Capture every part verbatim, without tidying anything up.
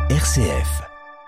R C F.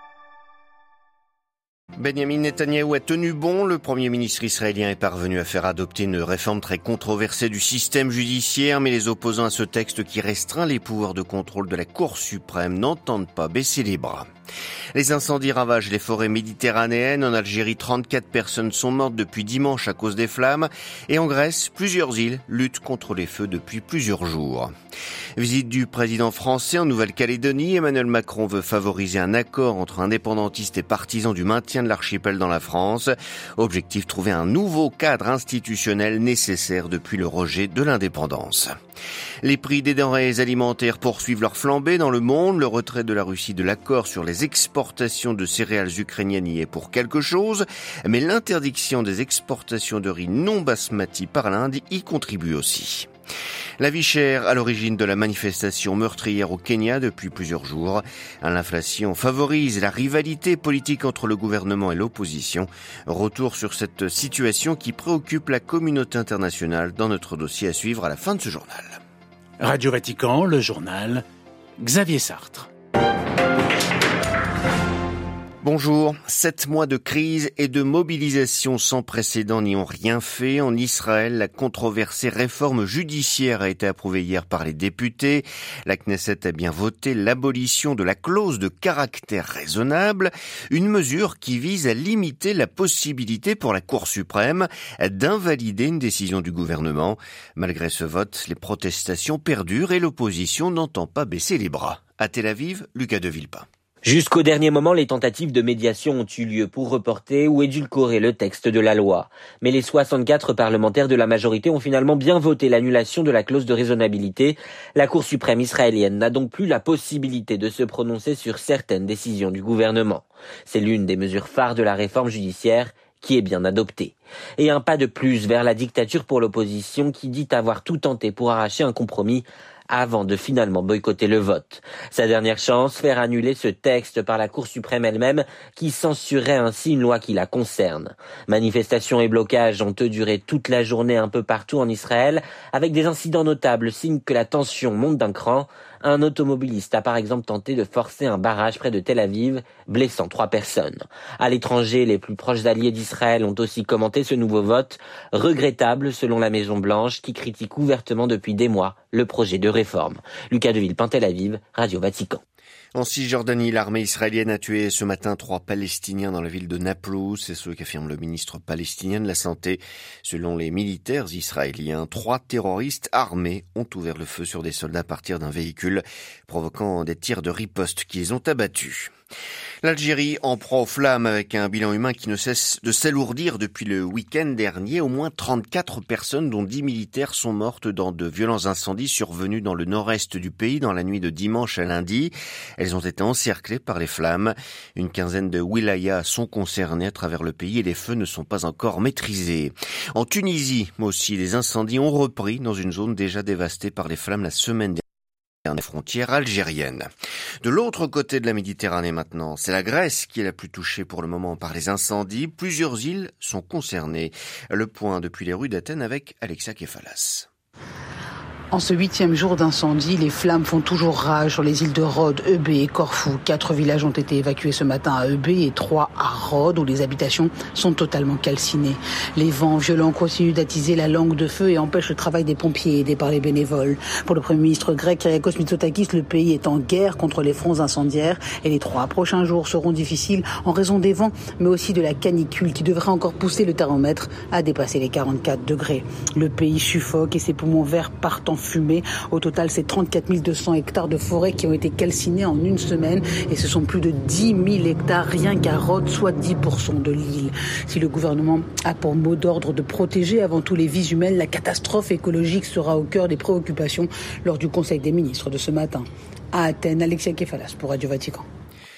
Benjamin Netanyahou a tenu bon. Le Premier ministre israélien est parvenu à faire adopter une réforme très controversée du système judiciaire, mais les opposants à ce texte qui restreint les pouvoirs de contrôle de la Cour suprême n'entendent pas baisser les bras. Les incendies ravagent les forêts méditerranéennes. En Algérie, trente-quatre personnes sont mortes depuis dimanche à cause des flammes. Et en Grèce, plusieurs îles luttent contre les feux depuis plusieurs jours. Visite du président français en Nouvelle-Calédonie. Emmanuel Macron veut favoriser un accord entre indépendantistes et partisans du maintien de l'archipel dans la France. Objectif, trouver un nouveau cadre institutionnel nécessaire depuis le rejet de l'indépendance. Les prix des denrées alimentaires poursuivent leur flambée dans le monde. Le retrait de la Russie de l'accord sur les exportations de céréales ukrainiennes y est pour quelque chose, mais l'interdiction des exportations de riz non basmati par l'Inde y contribue aussi. La vie chère à l'origine de la manifestation meurtrière au Kenya depuis plusieurs jours. L'inflation favorise la rivalité politique entre le gouvernement et l'opposition. Retour sur cette situation qui préoccupe la communauté internationale dans notre dossier à suivre à la fin de ce journal. Radio Vatican, le journal, Xavier Sartre. Bonjour. Sept mois de crise et de mobilisation sans précédent n'y ont rien fait. En Israël, la controversée réforme judiciaire a été approuvée hier par les députés. La Knesset a bien voté l'abolition de la clause de caractère raisonnable, une mesure qui vise à limiter la possibilité pour la Cour suprême d'invalider une décision du gouvernement. Malgré ce vote, les protestations perdurent et l'opposition n'entend pas baisser les bras. À Tel Aviv, Lucas de Villepin. Jusqu'au dernier moment, les tentatives de médiation ont eu lieu pour reporter ou édulcorer le texte de la loi. Mais les soixante-quatre parlementaires de la majorité ont finalement bien voté l'annulation de la clause de raisonnabilité. La Cour suprême israélienne n'a donc plus la possibilité de se prononcer sur certaines décisions du gouvernement. C'est l'une des mesures phares de la réforme judiciaire qui est bien adoptée. Et un pas de plus vers la dictature pour l'opposition qui dit avoir tout tenté pour arracher un compromis avant de finalement boycotter le vote. Sa dernière chance, faire annuler ce texte par la Cour suprême elle-même qui censurerait ainsi une loi qui la concerne. Manifestations et blocages ont eux duré toute la journée un peu partout en Israël, avec des incidents notables, signe que la tension monte d'un cran. Un automobiliste a par exemple tenté de forcer un barrage près de Tel Aviv, blessant trois personnes. À l'étranger, les plus proches alliés d'Israël ont aussi commenté ce nouveau vote, regrettable selon la Maison-Blanche, qui critique ouvertement depuis des mois le projet de réforme. Lucas de Villepin, Tel Aviv, Radio Vatican. En Cisjordanie, l'armée israélienne a tué ce matin trois Palestiniens dans la ville de Naplouse. C'est ce qu'affirme le ministre palestinien de la Santé. Selon les militaires israéliens, trois terroristes armés ont ouvert le feu sur des soldats à partir d'un véhicule, provoquant des tirs de riposte qui les ont abattus. L'Algérie en proie aux flammes avec un bilan humain qui ne cesse de s'alourdir depuis le week-end dernier. Au moins trente-quatre personnes, dont dix militaires, sont mortes dans de violents incendies survenus dans le nord-est du pays dans la nuit de dimanche à lundi. Elles ont été encerclées par les flammes. Une quinzaine de wilayas sont concernées à travers le pays et les feux ne sont pas encore maîtrisés. En Tunisie aussi, les incendies ont repris dans une zone déjà dévastée par les flammes la semaine dernière. Des frontières algériennes. De l'autre côté de la Méditerranée maintenant, c'est la Grèce qui est la plus touchée pour le moment par les incendies. Plusieurs îles sont concernées. Le point depuis les rues d'Athènes avec Alexia Kefalas. En ce huitième jour d'incendie, les flammes font toujours rage sur les îles de Rhodes, Eubée et Corfou. Quatre villages ont été évacués ce matin à Eubée et trois à Rhodes, où les habitations sont totalement calcinées. Les vents violents continuent d'attiser la langue de feu et empêchent le travail des pompiers aidés par les bénévoles. Pour le Premier ministre grec Kyriakos Mitsotakis, le pays est en guerre contre les fronts incendiaires et les trois prochains jours seront difficiles en raison des vents, mais aussi de la canicule qui devrait encore pousser le thermomètre à dépasser les quarante-quatre degrés. Le pays suffoque et ses poumons verts partent en fumée. Au total, c'est trente-quatre mille deux cents hectares de forêt qui ont été calcinés en une semaine et ce sont plus de dix mille hectares rien qu'à Rhodes, soit dix pour cent de l'île. Si le gouvernement a pour mot d'ordre de protéger avant tout les vies humaines, la catastrophe écologique sera au cœur des préoccupations lors du Conseil des ministres de ce matin. À Athènes, Alexia Kefalas pour Radio Vatican.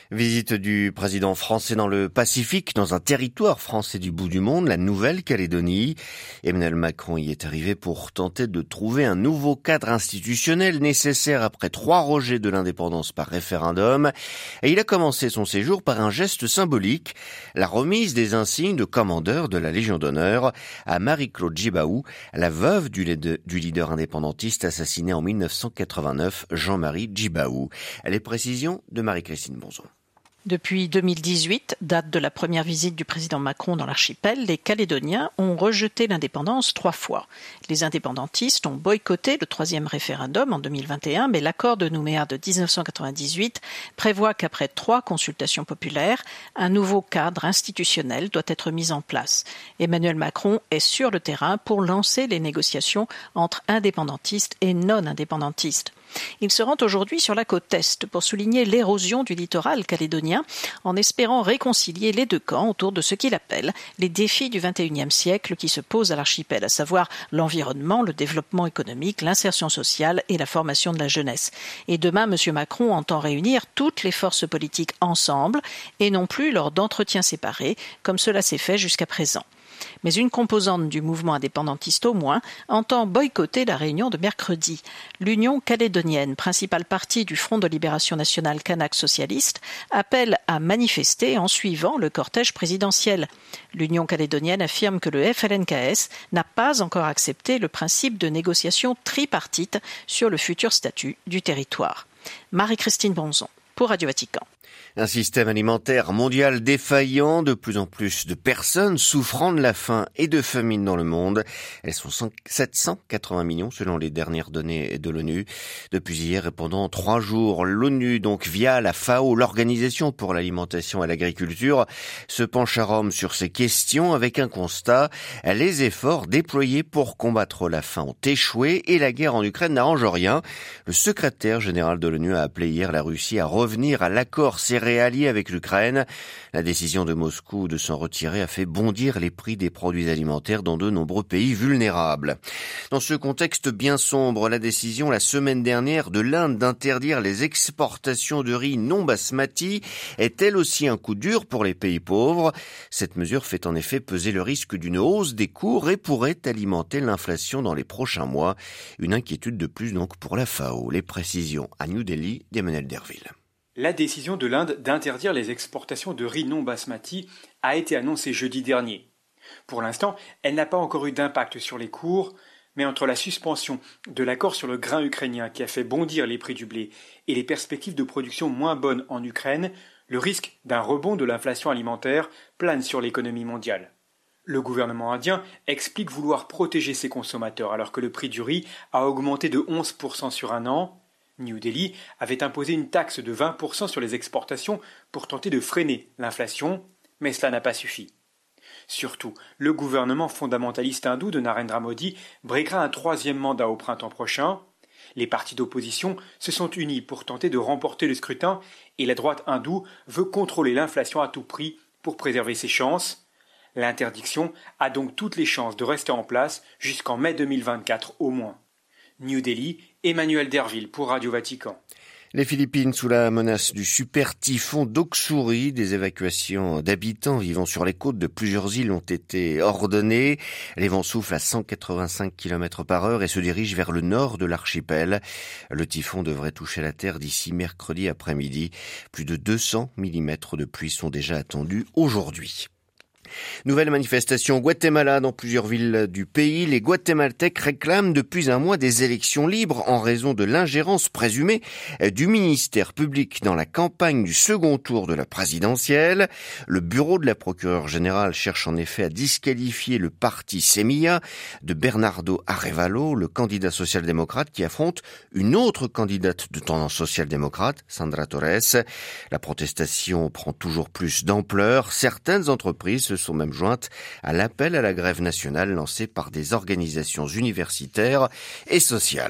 Visite du président français dans le Pacifique, dans un territoire français du bout du monde, la Nouvelle-Calédonie. Emmanuel Macron y est arrivé pour tenter de trouver un nouveau cadre institutionnel nécessaire après trois rejets de l'indépendance par référendum. Et il a commencé son séjour par un geste symbolique, la remise des insignes de commandeur de la Légion d'honneur à Marie-Claude Djibaou, la veuve du leader indépendantiste assassiné en mille neuf cent quatre-vingt-neuf, Jean-Marie Djibaou. Les précisions de Marie-Christine Bonzon. Depuis deux mille dix-huit, date de la première visite du président Macron dans l'archipel, les Calédoniens ont rejeté l'indépendance trois fois. Les indépendantistes ont boycotté le troisième référendum en deux mille vingt et un, mais l'accord de Nouméa de dix-neuf cent quatre-vingt-dix-huit prévoit qu'après trois consultations populaires, un nouveau cadre institutionnel doit être mis en place. Emmanuel Macron est sur le terrain pour lancer les négociations entre indépendantistes et non-indépendantistes. Il se rend aujourd'hui sur la côte Est pour souligner l'érosion du littoral calédonien en espérant réconcilier les deux camps autour de ce qu'il appelle les défis du vingt et unième siècle qui se posent à l'archipel, à savoir l'environnement, le développement économique, l'insertion sociale et la formation de la jeunesse. Et demain, M. Macron entend réunir toutes les forces politiques ensemble et non plus lors d'entretiens séparés, comme cela s'est fait jusqu'à présent. Mais une composante du mouvement indépendantiste au moins entend boycotter la réunion de mercredi. L'Union calédonienne, principal parti du Front de libération nationale kanak socialiste, appelle à manifester en suivant le cortège présidentiel. L'Union calédonienne affirme que le F L N K S n'a pas encore accepté le principe de négociation tripartite sur le futur statut du territoire. Marie-Christine Bonzon, pour Radio Vatican. Un système alimentaire mondial défaillant, de plus en plus de personnes souffrant de la faim et de famine dans le monde. Elles sont sept cent quatre-vingts millions selon les dernières données de l'ONU. Depuis hier et pendant trois jours, l'ONU, donc via la F A O, l'Organisation pour l'alimentation et l'agriculture, se penche à Rome sur ces questions avec un constat. Les efforts déployés pour combattre la faim ont échoué et la guerre en Ukraine n'arrange rien. Le secrétaire général de l'ONU a appelé hier la Russie à revenir à l'accord céréalier avec l'Ukraine. La décision de Moscou de s'en retirer a fait bondir les prix des produits alimentaires dans de nombreux pays vulnérables. Dans ce contexte bien sombre, la décision la semaine dernière de l'Inde d'interdire les exportations de riz non basmati est elle aussi un coup dur pour les pays pauvres. Cette mesure fait en effet peser le risque d'une hausse des cours et pourrait alimenter l'inflation dans les prochains mois. Une inquiétude de plus donc pour la F A O. Les précisions à New Delhi d'Emmanuel Derville. La décision de l'Inde d'interdire les exportations de riz non basmati a été annoncée jeudi dernier. Pour l'instant, elle n'a pas encore eu d'impact sur les cours, mais entre la suspension de l'accord sur le grain ukrainien qui a fait bondir les prix du blé et les perspectives de production moins bonnes en Ukraine, le risque d'un rebond de l'inflation alimentaire plane sur l'économie mondiale. Le gouvernement indien explique vouloir protéger ses consommateurs alors que le prix du riz a augmenté de onze pour cent sur un an. New Delhi avait imposé une taxe de vingt pour cent sur les exportations pour tenter de freiner l'inflation, mais cela n'a pas suffi. Surtout, le gouvernement fondamentaliste hindou de Narendra Modi briguera un troisième mandat au printemps prochain. Les partis d'opposition se sont unis pour tenter de remporter le scrutin et la droite hindoue veut contrôler l'inflation à tout prix pour préserver ses chances. L'interdiction a donc toutes les chances de rester en place jusqu'en mai deux mille vingt-quatre au moins. New Delhi, Emmanuel Derville pour Radio Vatican. Les Philippines sous la menace du super typhon Doksuri, des évacuations d'habitants vivant sur les côtes de plusieurs îles ont été ordonnées. Les vents soufflent à cent quatre-vingt-cinq kilomètres par heure et se dirigent vers le nord de l'archipel. Le typhon devrait toucher la terre d'ici mercredi après-midi. Plus de deux cents millimètres de pluie sont déjà attendus aujourd'hui. Nouvelle manifestation au Guatemala dans plusieurs villes du pays. Les Guatémaltèques réclament depuis un mois des élections libres en raison de l'ingérence présumée du ministère public dans la campagne du second tour de la présidentielle. Le bureau de la procureure générale cherche en effet à disqualifier le parti Semilla de Bernardo Arévalo, le candidat social-démocrate qui affronte une autre candidate de tendance social-démocrate, Sandra Torres. La protestation prend toujours plus d'ampleur. Certaines entreprises se sont même jointes à l'appel à la grève nationale lancé par des organisations universitaires et sociales.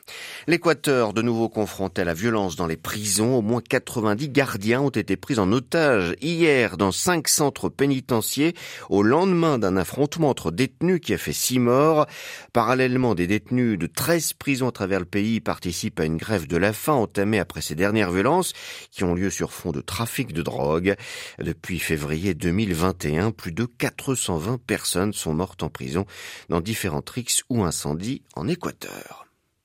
L'Équateur, de nouveau confronté à la violence dans les prisons. Au moins quatre-vingt-dix gardiens ont été pris en otage hier dans cinq centres pénitentiaires au lendemain d'un affrontement entre détenus qui a fait six morts. Parallèlement, des détenus de treize prisons à travers le pays participent à une grève de la faim entamée après ces dernières violences qui ont lieu sur fond de trafic de drogue. Depuis février deux mille vingt et un, plus de quatre cent vingt personnes sont mortes en prison dans différentes rixes ou incendies en Équateur.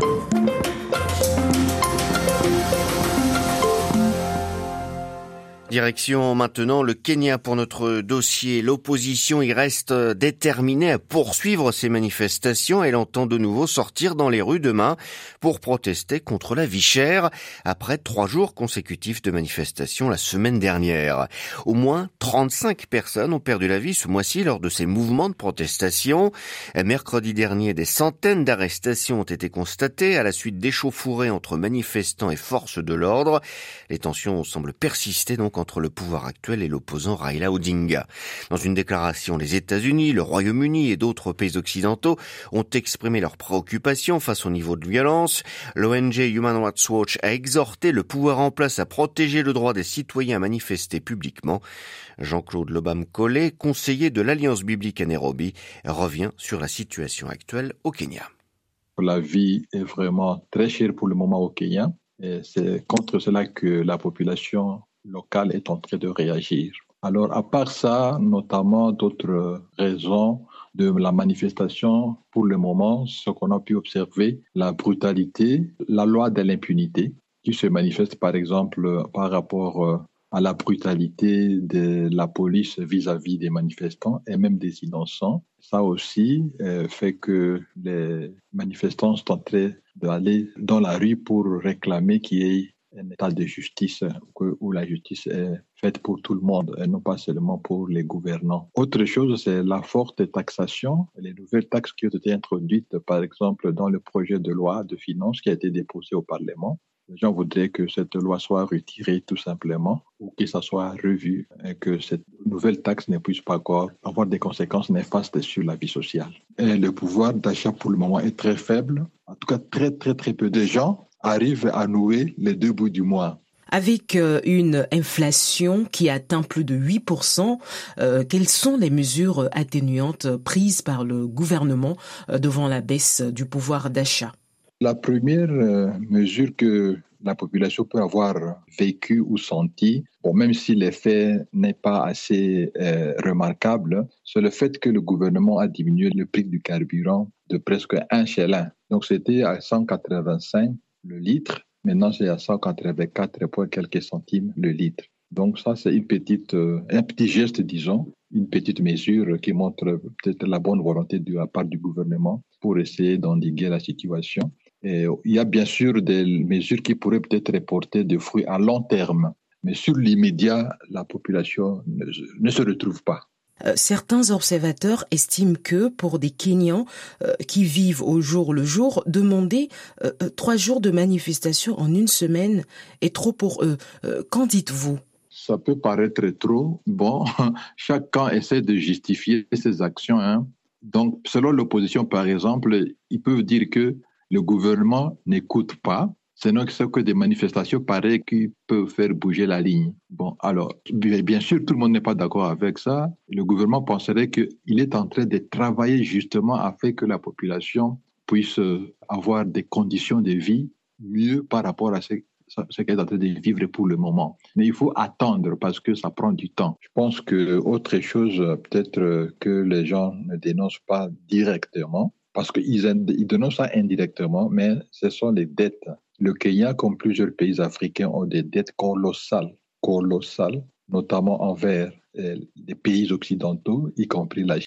Direction maintenant le Kenya pour notre dossier. L'opposition y reste déterminée à poursuivre ces manifestations. Elle entend de nouveau sortir dans les rues demain pour protester contre la vie chère après trois jours consécutifs de manifestations la semaine dernière. Au moins trente-cinq personnes ont perdu la vie ce mois-ci lors de ces mouvements de protestation. Mercredi dernier, des centaines d'arrestations ont été constatées à la suite d'échauffourées entre manifestants et forces de l'ordre. Les tensions semblent persister donc entre le pouvoir actuel et l'opposant Raila Odinga. Dans une déclaration, les États-Unis, le Royaume-Uni et d'autres pays occidentaux ont exprimé leurs préoccupations face au niveau de violence. L'O N G Human Rights Watch a exhorté le pouvoir en place à protéger le droit des citoyens à manifester publiquement. Jean-Claude Lobam-Collet, conseiller de l'Alliance biblique à Nairobi, revient sur la situation actuelle au Kenya. La vie est vraiment très chère pour le moment au Kenya. Et c'est contre cela que la population locale est en train de réagir. Alors, à part ça, notamment d'autres raisons de la manifestation, pour le moment, ce qu'on a pu observer, la brutalité, la loi de l'impunité, qui se manifeste par exemple par rapport à la brutalité de la police vis-à-vis des manifestants et même des innocents. Ça aussi euh, fait que les manifestants sont en train d'aller dans la rue pour réclamer qu'il y ait un état de justice où la justice est faite pour tout le monde et non pas seulement pour les gouvernants. Autre chose, c'est la forte taxation, les nouvelles taxes qui ont été introduites, par exemple, dans le projet de loi de finances qui a été déposé au Parlement. Les gens voudraient que cette loi soit retirée tout simplement ou que ça soit revu et que cette nouvelle taxe ne puisse pas encore avoir des conséquences néfastes sur la vie sociale. Et le pouvoir d'achat pour le moment est très faible. En tout cas, très très très peu de gens arrivent à nouer les deux bouts du mois. Avec une inflation qui atteint plus de huit pour cent, euh, quelles sont les mesures atténuantes prises par le gouvernement devant la baisse du pouvoir d'achat ? La première euh, mesure que la population peut avoir vécue ou sentie, bon, même si l'effet n'est pas assez euh, remarquable, c'est le fait que le gouvernement a diminué le prix du carburant de presque un shilling. Donc c'était à cent quatre-vingt-cinq le litre, maintenant c'est à cent quatre-vingt-quatre pour quelques centimes le litre. Donc ça c'est une petite, euh, un petit geste, disons, une petite mesure qui montre peut-être la bonne volonté de la part du gouvernement pour essayer d'endiguer la situation. Et il y a bien sûr des mesures qui pourraient peut-être porter des fruits à long terme, mais sur l'immédiat, la population ne, ne se retrouve pas. Euh, certains observateurs estiment que pour des Kenyans euh, qui vivent au jour le jour, demander euh, trois jours de manifestation en une semaine est trop pour eux. Euh, qu'en dites-vous ? Ça peut paraître trop. Bon, chaque camp essaie de justifier ses actions. Hein. Donc, selon l'opposition, par exemple, ils peuvent dire que le gouvernement n'écoute pas, sinon c'est que des manifestations pareilles qui peuvent faire bouger la ligne. Bon, alors, bien sûr, tout le monde n'est pas d'accord avec ça. Le gouvernement penserait qu'il est en train de travailler justement afin que la population puisse avoir des conditions de vie mieux par rapport à ce, ce qu'elle est en train de vivre pour le moment. Mais il faut attendre parce que ça prend du temps. Je pense que autre chose, peut-être que les gens ne dénoncent pas directement, parce qu'ils ils dénoncent ça indirectement, mais ce sont les dettes. Le Kenya, comme plusieurs pays africains, ont des dettes colossales, colossales, notamment envers euh, les pays occidentaux, y compris la Chine.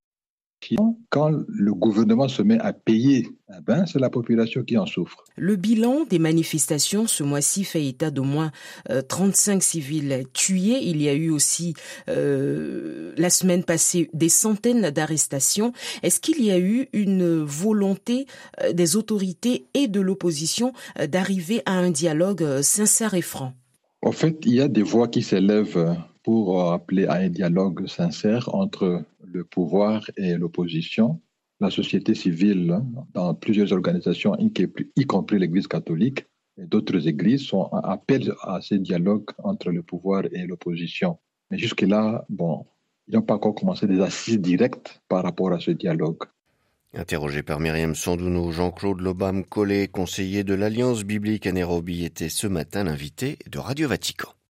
Quand le gouvernement se met à payer, eh ben, c'est la population qui en souffre. Le bilan des manifestations ce mois-ci fait état d'au moins euh, trente-cinq civils tués. Il y a eu aussi, euh, la semaine passée, des centaines d'arrestations. Est-ce qu'il y a eu une volonté euh, des autorités et de l'opposition euh, d'arriver à un dialogue euh, sincère et franc ? En fait, il y a des voix qui s'élèvent pour appeler à un dialogue sincère entre le pouvoir et l'opposition. la société civile, dans plusieurs organisations, y compris l'Église catholique et d'autres églises, sont appellent à ce dialogue entre le pouvoir et l'opposition. Mais jusque-là, bon, ils n'ont pas encore commencé des assises directes par rapport à ce dialogue. Interrogé par Myriam Sandouno, Jean-Claude Lobam-Collet, conseiller de l'Alliance biblique à Nairobi, était ce matin l'invité de Radio Vatican.